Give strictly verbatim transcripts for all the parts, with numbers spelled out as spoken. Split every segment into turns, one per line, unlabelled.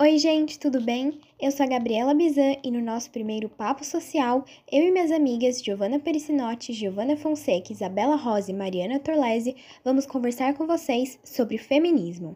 Oi, gente, tudo bem? Eu sou a Gabriela Bizan e no nosso primeiro Papo Social, eu e minhas amigas Giovana Pericinotti, Giovana Fonseca, Isabela Rosa e Mariana Torlese vamos conversar com vocês sobre feminismo.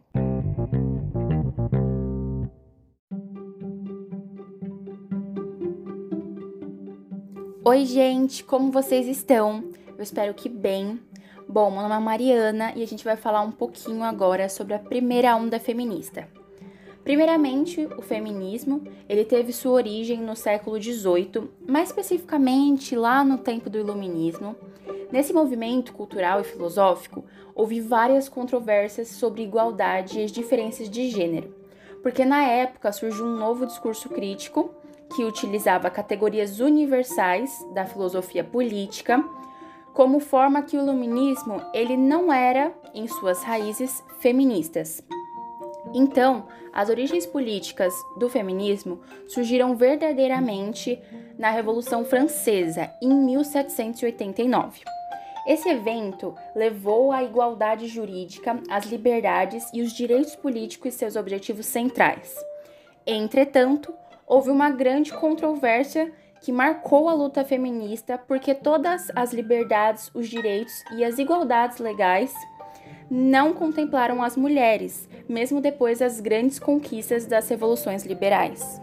Oi, gente, como vocês estão? Eu espero que bem. Bom, meu nome é Mariana e a gente vai falar um pouquinho agora sobre a primeira onda feminista. Primeiramente, o feminismo, ele teve sua origem no século dezoito, mais especificamente lá no tempo do Iluminismo. Nesse movimento cultural e filosófico, houve várias controvérsias sobre igualdade e as diferenças de gênero, porque na época surgiu um novo discurso crítico que utilizava categorias universais da filosofia política, como forma que o iluminismo ele não era, em suas raízes, feministas. Então, as origens políticas do feminismo surgiram verdadeiramente na Revolução Francesa, em mil setecentos e oitenta e nove. Esse evento levou à igualdade jurídica, as liberdades e os direitos políticos seus objetivos centrais. Entretanto, houve uma grande controvérsia que marcou a luta feminista porque todas as liberdades, os direitos e as igualdades legais não contemplaram as mulheres, mesmo depois das grandes conquistas das revoluções liberais.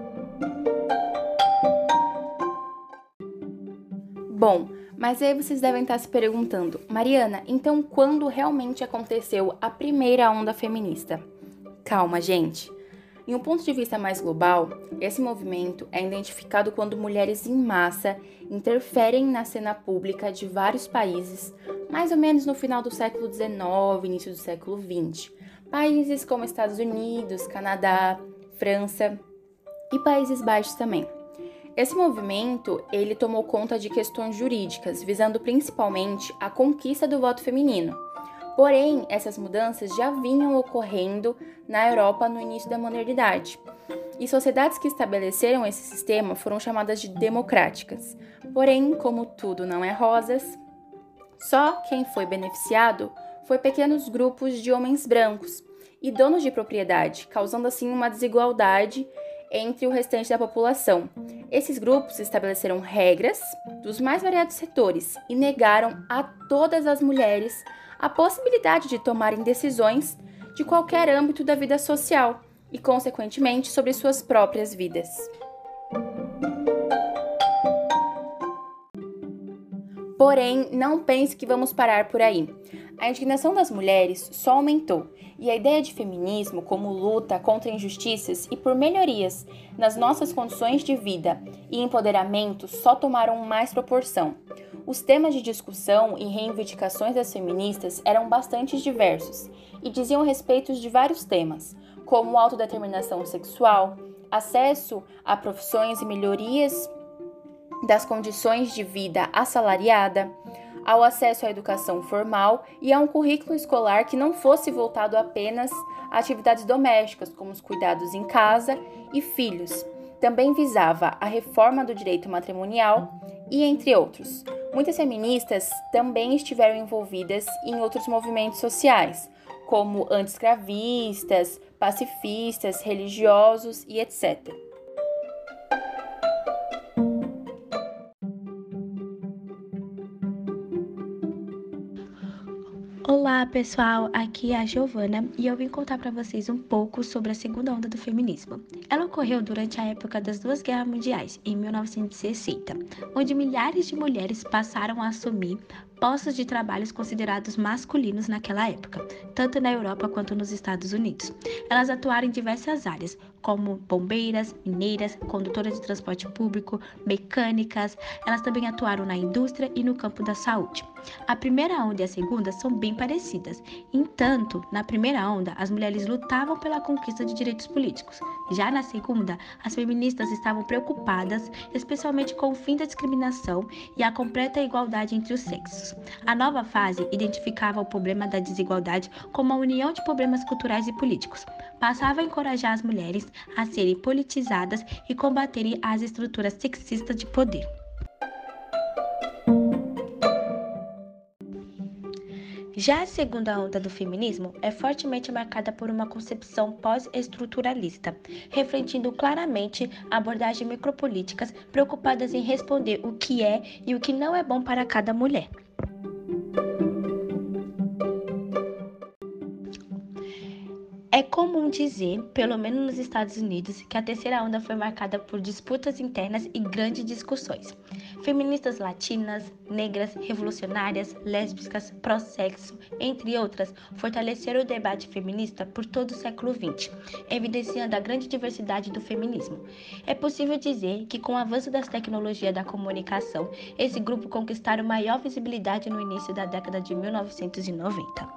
Bom, mas aí vocês devem estar se perguntando, Mariana, então quando realmente aconteceu a primeira onda feminista? Calma, gente. Em um ponto de vista mais global, esse movimento é identificado quando mulheres em massa interferem na cena pública de vários países, mais ou menos no final do século dezenove, início do século vinte. Países como Estados Unidos, Canadá, França e Países Baixos também. Esse movimento, ele tomou conta de questões jurídicas, visando principalmente a conquista do voto feminino. Porém, essas mudanças já vinham ocorrendo na Europa no início da modernidade. E sociedades que estabeleceram esse sistema foram chamadas de democráticas. Porém, como tudo não é rosas, só quem foi beneficiado foi pequenos grupos de homens brancos e donos de propriedade, causando assim uma desigualdade entre o restante da população. Esses grupos estabeleceram regras dos mais variados setores e negaram a todas as mulheres a possibilidade de tomarem decisões de qualquer âmbito da vida social e, consequentemente, sobre suas próprias vidas. Porém, não pense que vamos parar por aí. A indignação das mulheres só aumentou e a ideia de feminismo como luta contra injustiças e por melhorias nas nossas condições de vida e empoderamento só tomaram mais proporção. Os temas de discussão e reivindicações das feministas eram bastante diversos e diziam respeito de vários temas, como autodeterminação sexual, acesso a profissões e melhorias das condições de vida assalariada, ao acesso à educação formal e a um currículo escolar que não fosse voltado apenas a atividades domésticas, como os cuidados em casa e filhos. Também visava a reforma do direito matrimonial e entre outros. Muitas feministas também estiveram envolvidas em outros movimentos sociais, como anti-escravistas, pacifistas, religiosos e etcétera.
Olá pessoal, aqui é a Giovana e eu vim contar para vocês um pouco sobre a segunda onda do feminismo. Ela ocorreu durante a época das duas guerras mundiais, em mil novecentos e sessenta, onde milhares de mulheres passaram a assumir postos de trabalhos considerados masculinos naquela época, tanto na Europa quanto nos Estados Unidos. Elas atuaram em diversas áreas, como bombeiras, mineiras, condutoras de transporte público, mecânicas. Elas também atuaram na indústria e no campo da saúde. A primeira onda e a segunda são bem parecidas. Entanto, na primeira onda, as mulheres lutavam pela conquista de direitos políticos. Já na segunda, as feministas estavam preocupadas, especialmente com o fim da discriminação e a completa igualdade entre os sexos. A nova fase identificava o problema da desigualdade como uma união de problemas culturais e políticos. Passava a encorajar as mulheres a serem politizadas e combaterem as estruturas sexistas de poder. Já a segunda onda do feminismo é fortemente marcada por uma concepção pós-estruturalista, refletindo claramente abordagens micropolíticas preocupadas em responder o que é e o que não é bom para cada mulher. É comum dizer, pelo menos nos Estados Unidos, que a terceira onda foi marcada por disputas internas e grandes discussões. Feministas latinas, negras, revolucionárias, lésbicas, pró-sexo, entre outras, fortaleceram o debate feminista por todo o século vinte, evidenciando a grande diversidade do feminismo. É possível dizer que, com o avanço das tecnologias da comunicação, esse grupo conquistaram maior visibilidade no início da década de mil novecentos e noventa.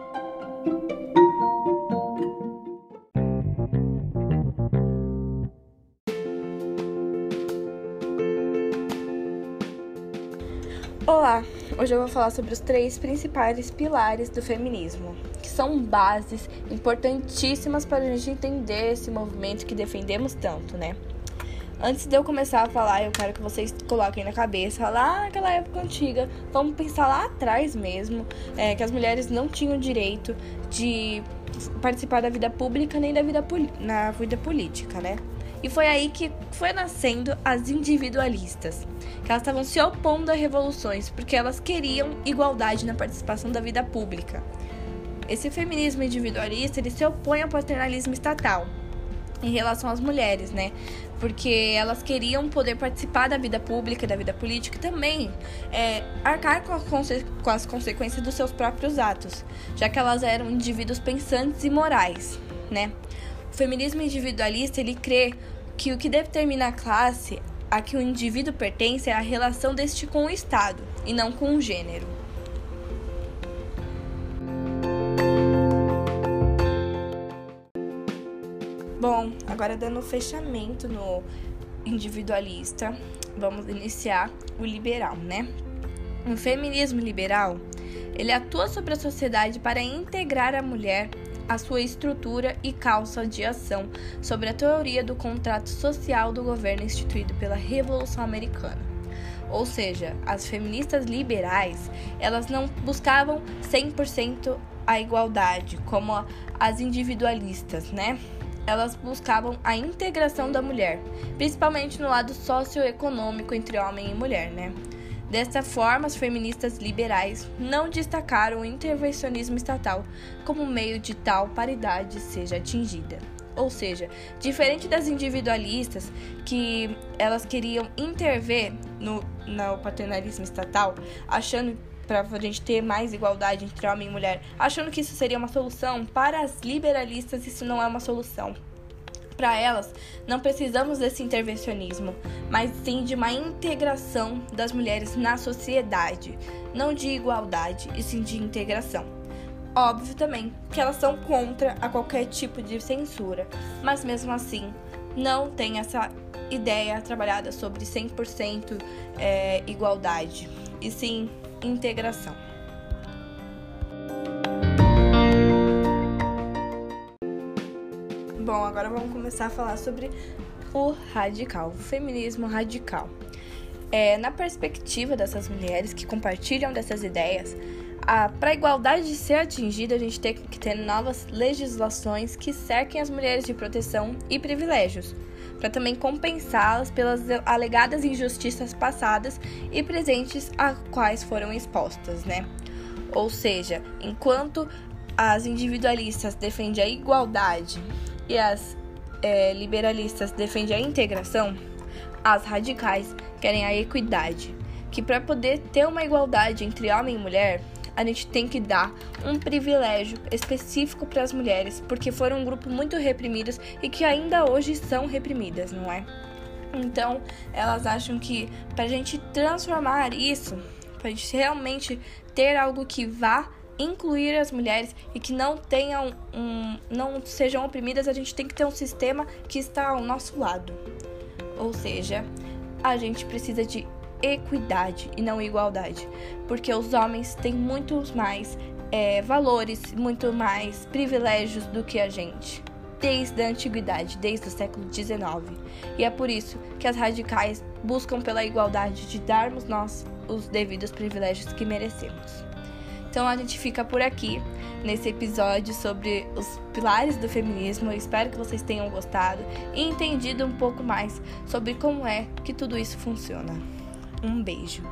Olá! Hoje eu vou falar sobre os três principais pilares do feminismo, que são bases importantíssimas para a gente entender esse movimento que defendemos tanto, né? Antes de eu começar a falar, eu quero que vocês coloquem na cabeça, lá naquela época antiga, vamos pensar lá atrás mesmo, é, que as mulheres não tinham direito de participar da vida pública nem da vida, na vida política, né? E foi aí que foi nascendo as individualistas, que elas estavam se opondo a revoluções, porque elas queriam igualdade na participação da vida pública. Esse feminismo individualista, ele se opõe ao paternalismo estatal em relação às mulheres, né? Porque elas queriam poder participar da vida pública, da vida política e também é, arcar com, a conse- com as consequências dos seus próprios atos, já que elas eram indivíduos pensantes e morais, né? O feminismo individualista, ele crê que o que determina a classe a que o indivíduo pertence é a relação deste com o Estado, e não com o gênero. Bom, agora dando fechamento no individualista, vamos iniciar o liberal, né? O feminismo liberal, ele atua sobre a sociedade para integrar a mulher a sua estrutura e causa de ação sobre a teoria do contrato social do governo instituído pela Revolução Americana. Ou seja, as feministas liberais, elas não buscavam cem por cento a igualdade, como as individualistas, né? Elas buscavam a integração da mulher, principalmente no lado socioeconômico entre homem e mulher, né? Desta forma, as feministas liberais não destacaram o intervencionismo estatal como meio de tal paridade seja atingida. Ou seja, diferente das individualistas, que elas queriam intervir no, no paternalismo estatal, achando para a gente ter mais igualdade entre homem e mulher, achando que isso seria uma solução, para as liberalistas isso não é uma solução. Para elas, não precisamos desse intervencionismo, mas sim de uma integração das mulheres na sociedade, não de igualdade, e sim de integração. Óbvio também que elas são contra a qualquer tipo de censura, mas mesmo assim, não tem essa ideia trabalhada sobre cem por cento é, igualdade, e sim integração. Bom, agora vamos começar a falar sobre o radical, o feminismo radical. É, na perspectiva dessas mulheres que compartilham dessas ideias, para a igualdade ser atingida, a gente tem que ter novas legislações que cerquem as mulheres de proteção e privilégios, para também compensá-las pelas alegadas injustiças passadas e presentes a quais foram expostas, né? Ou seja, enquanto as individualistas defendem a igualdade e as é, liberalistas defendem a integração, as radicais querem a equidade, que para poder ter uma igualdade entre homem e mulher, a gente tem que dar um privilégio específico para as mulheres, porque foram um grupo muito reprimidos e que ainda hoje são reprimidas, não é? Então, elas acham que para a gente transformar isso, para a gente realmente ter algo que vá incluir as mulheres e que não tenham um, não sejam oprimidas, a gente tem que ter um sistema que está ao nosso lado. Ou seja, a gente precisa de equidade e não igualdade, porque os homens têm muitos mais é, valores, muito mais privilégios do que a gente, desde a antiguidade, desde o século dezenove. E é por isso que as radicais buscam pela igualdade, de darmos nós os devidos privilégios que merecemos. Então a gente fica por aqui nesse episódio sobre os pilares do feminismo. Eu espero que vocês tenham gostado e entendido um pouco mais sobre como é que tudo isso funciona. Um beijo!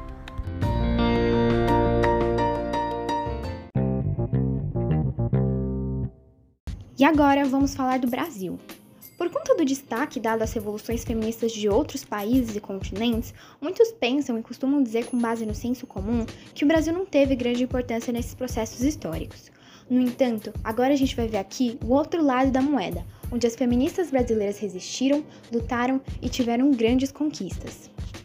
E agora vamos falar do Brasil. Por conta do destaque dado às revoluções feministas de outros países e continentes, muitos pensam e costumam dizer com base no senso comum que o Brasil não teve grande importância nesses processos históricos. No entanto, agora a gente vai ver aqui o outro lado da moeda, onde as feministas brasileiras resistiram, lutaram e tiveram grandes conquistas.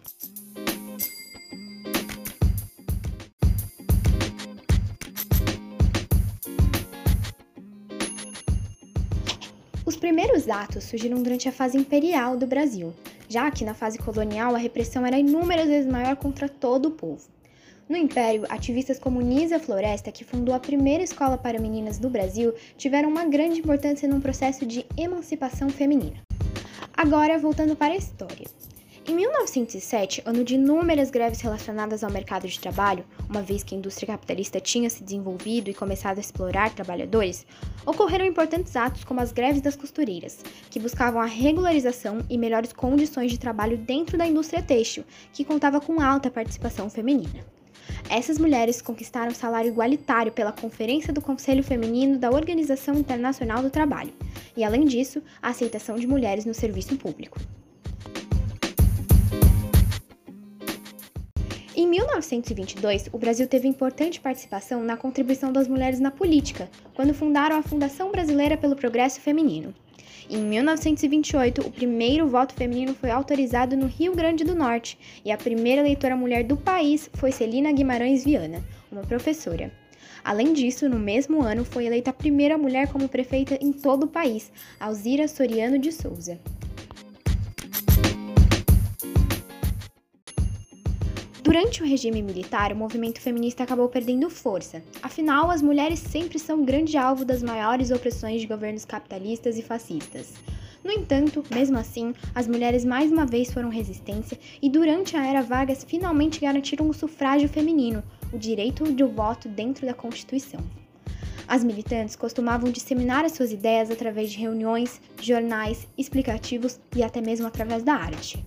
Os primeiros atos surgiram durante a fase imperial do Brasil, já que na fase colonial a repressão era inúmeras vezes maior contra todo o povo. No Império, ativistas como Nízia Floresta, que fundou a primeira escola para meninas do Brasil, tiveram uma grande importância num processo de emancipação feminina. Agora, voltando para a história. Em mil novecentos e sete, ano de inúmeras greves relacionadas ao mercado de trabalho, uma vez que a indústria capitalista tinha se desenvolvido e começado a explorar trabalhadores, ocorreram importantes atos como as greves das costureiras, que buscavam a regularização e melhores condições de trabalho dentro da indústria têxtil, que contava com alta participação feminina. Essas mulheres conquistaram salário igualitário pela Conferência do Conselho Feminino da Organização Internacional do Trabalho, e além disso, a aceitação de mulheres no serviço público. Em mil novecentos e vinte e dois, o Brasil teve importante participação na contribuição das mulheres na política, quando fundaram a Fundação Brasileira pelo Progresso Feminino. Em mil novecentos e vinte e oito, o primeiro voto feminino foi autorizado no Rio Grande do Norte, e a primeira eleitora mulher do país foi Celina Guimarães Viana, uma professora. Além disso, no mesmo ano, foi eleita a primeira mulher como prefeita em todo o país, Alzira Soriano de Souza. Durante o regime militar, o movimento feminista acabou perdendo força. Afinal, as mulheres sempre são grande alvo das maiores opressões de governos capitalistas e fascistas. No entanto, mesmo assim, as mulheres mais uma vez foram resistência e durante a Era Vargas finalmente garantiram o sufrágio feminino, o direito de voto dentro da Constituição. As militantes costumavam disseminar as suas ideias através de reuniões, jornais, explicativos e até mesmo através da arte.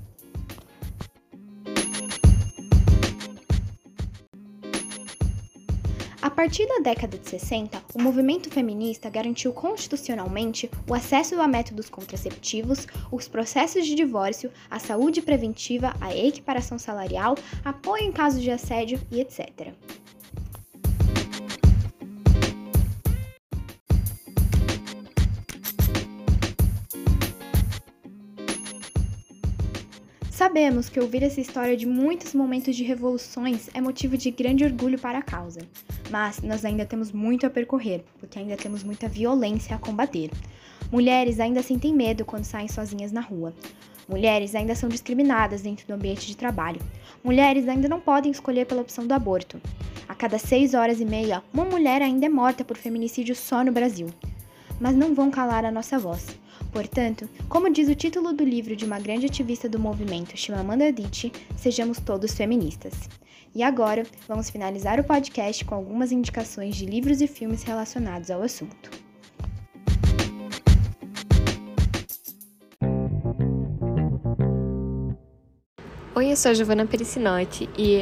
A partir da década de sessenta, o movimento feminista garantiu constitucionalmente o acesso a métodos contraceptivos, os processos de divórcio, a saúde preventiva, a equiparação salarial, apoio em casos de assédio e etcétera. Sabemos que ouvir essa história de muitos momentos de revoluções é motivo de grande orgulho para a causa, mas nós ainda temos muito a percorrer, porque ainda temos muita violência a combater. Mulheres ainda sentem medo quando saem sozinhas na rua. Mulheres ainda são discriminadas dentro do ambiente de trabalho. Mulheres ainda não podem escolher pela opção do aborto. A cada seis horas e meia, uma mulher ainda é morta por feminicídio só no Brasil. Mas não vão calar a nossa voz. Portanto, como diz o título do livro de uma grande ativista do movimento, Chimamanda Adichie, sejamos todos feministas. E agora, vamos finalizar o podcast com algumas indicações de livros e filmes relacionados ao assunto.
Oi, eu sou a Giovana Perissinotti e...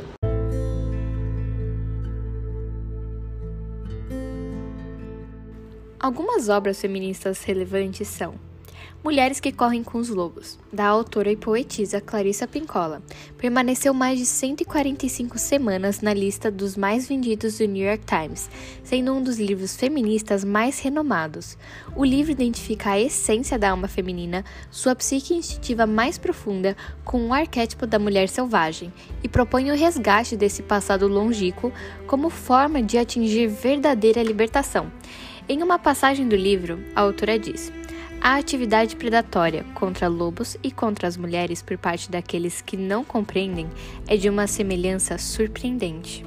Algumas obras feministas relevantes são Mulheres que Correm com os Lobos, da autora e poetisa Clarissa Pinkola. Permaneceu mais de cento e quarenta e cinco semanas na lista dos mais vendidos do New York Times, sendo um dos livros feministas mais renomados. O livro identifica a essência da alma feminina, sua psique instintiva mais profunda, com o arquétipo da mulher selvagem, e propõe o resgate desse passado longínquo como forma de atingir verdadeira libertação. Em uma passagem do livro, a autora diz: a atividade predatória contra lobos e contra as mulheres por parte daqueles que não compreendem é de uma semelhança surpreendente.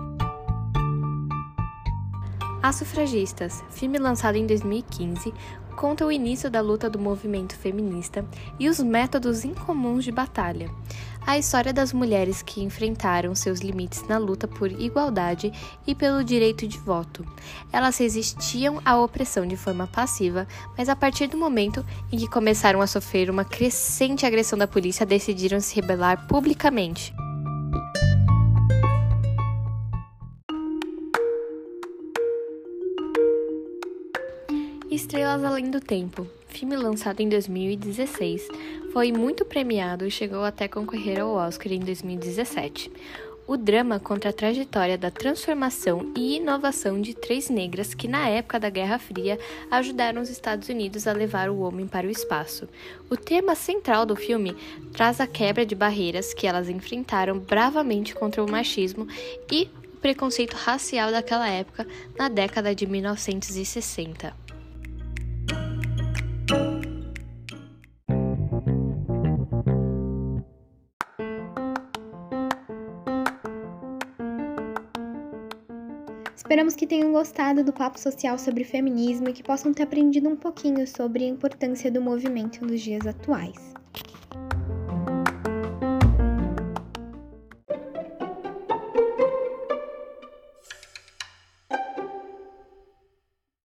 As Sufragistas, filme lançado em dois mil e quinze, conta o início da luta do movimento feminista e os métodos incomuns de batalha. A história das mulheres que enfrentaram seus limites na luta por igualdade e pelo direito de voto. Elas resistiam à opressão de forma passiva, mas a partir do momento em que começaram a sofrer uma crescente agressão da polícia, decidiram se rebelar publicamente. Estrelas Além do Tempo, filme lançado em dois mil e dezesseis, foi muito premiado e chegou até concorrer ao Oscar em dois mil e dezessete. O drama conta a trajetória da transformação e inovação de três negras que, na época da Guerra Fria, ajudaram os Estados Unidos a levar o homem para o espaço. O tema central do filme traz a quebra de barreiras que elas enfrentaram bravamente contra o machismo e o preconceito racial daquela época, na década de mil novecentos e sessenta.
Esperamos que tenham gostado do papo social sobre feminismo e que possam ter aprendido um pouquinho sobre a importância do movimento nos dias atuais.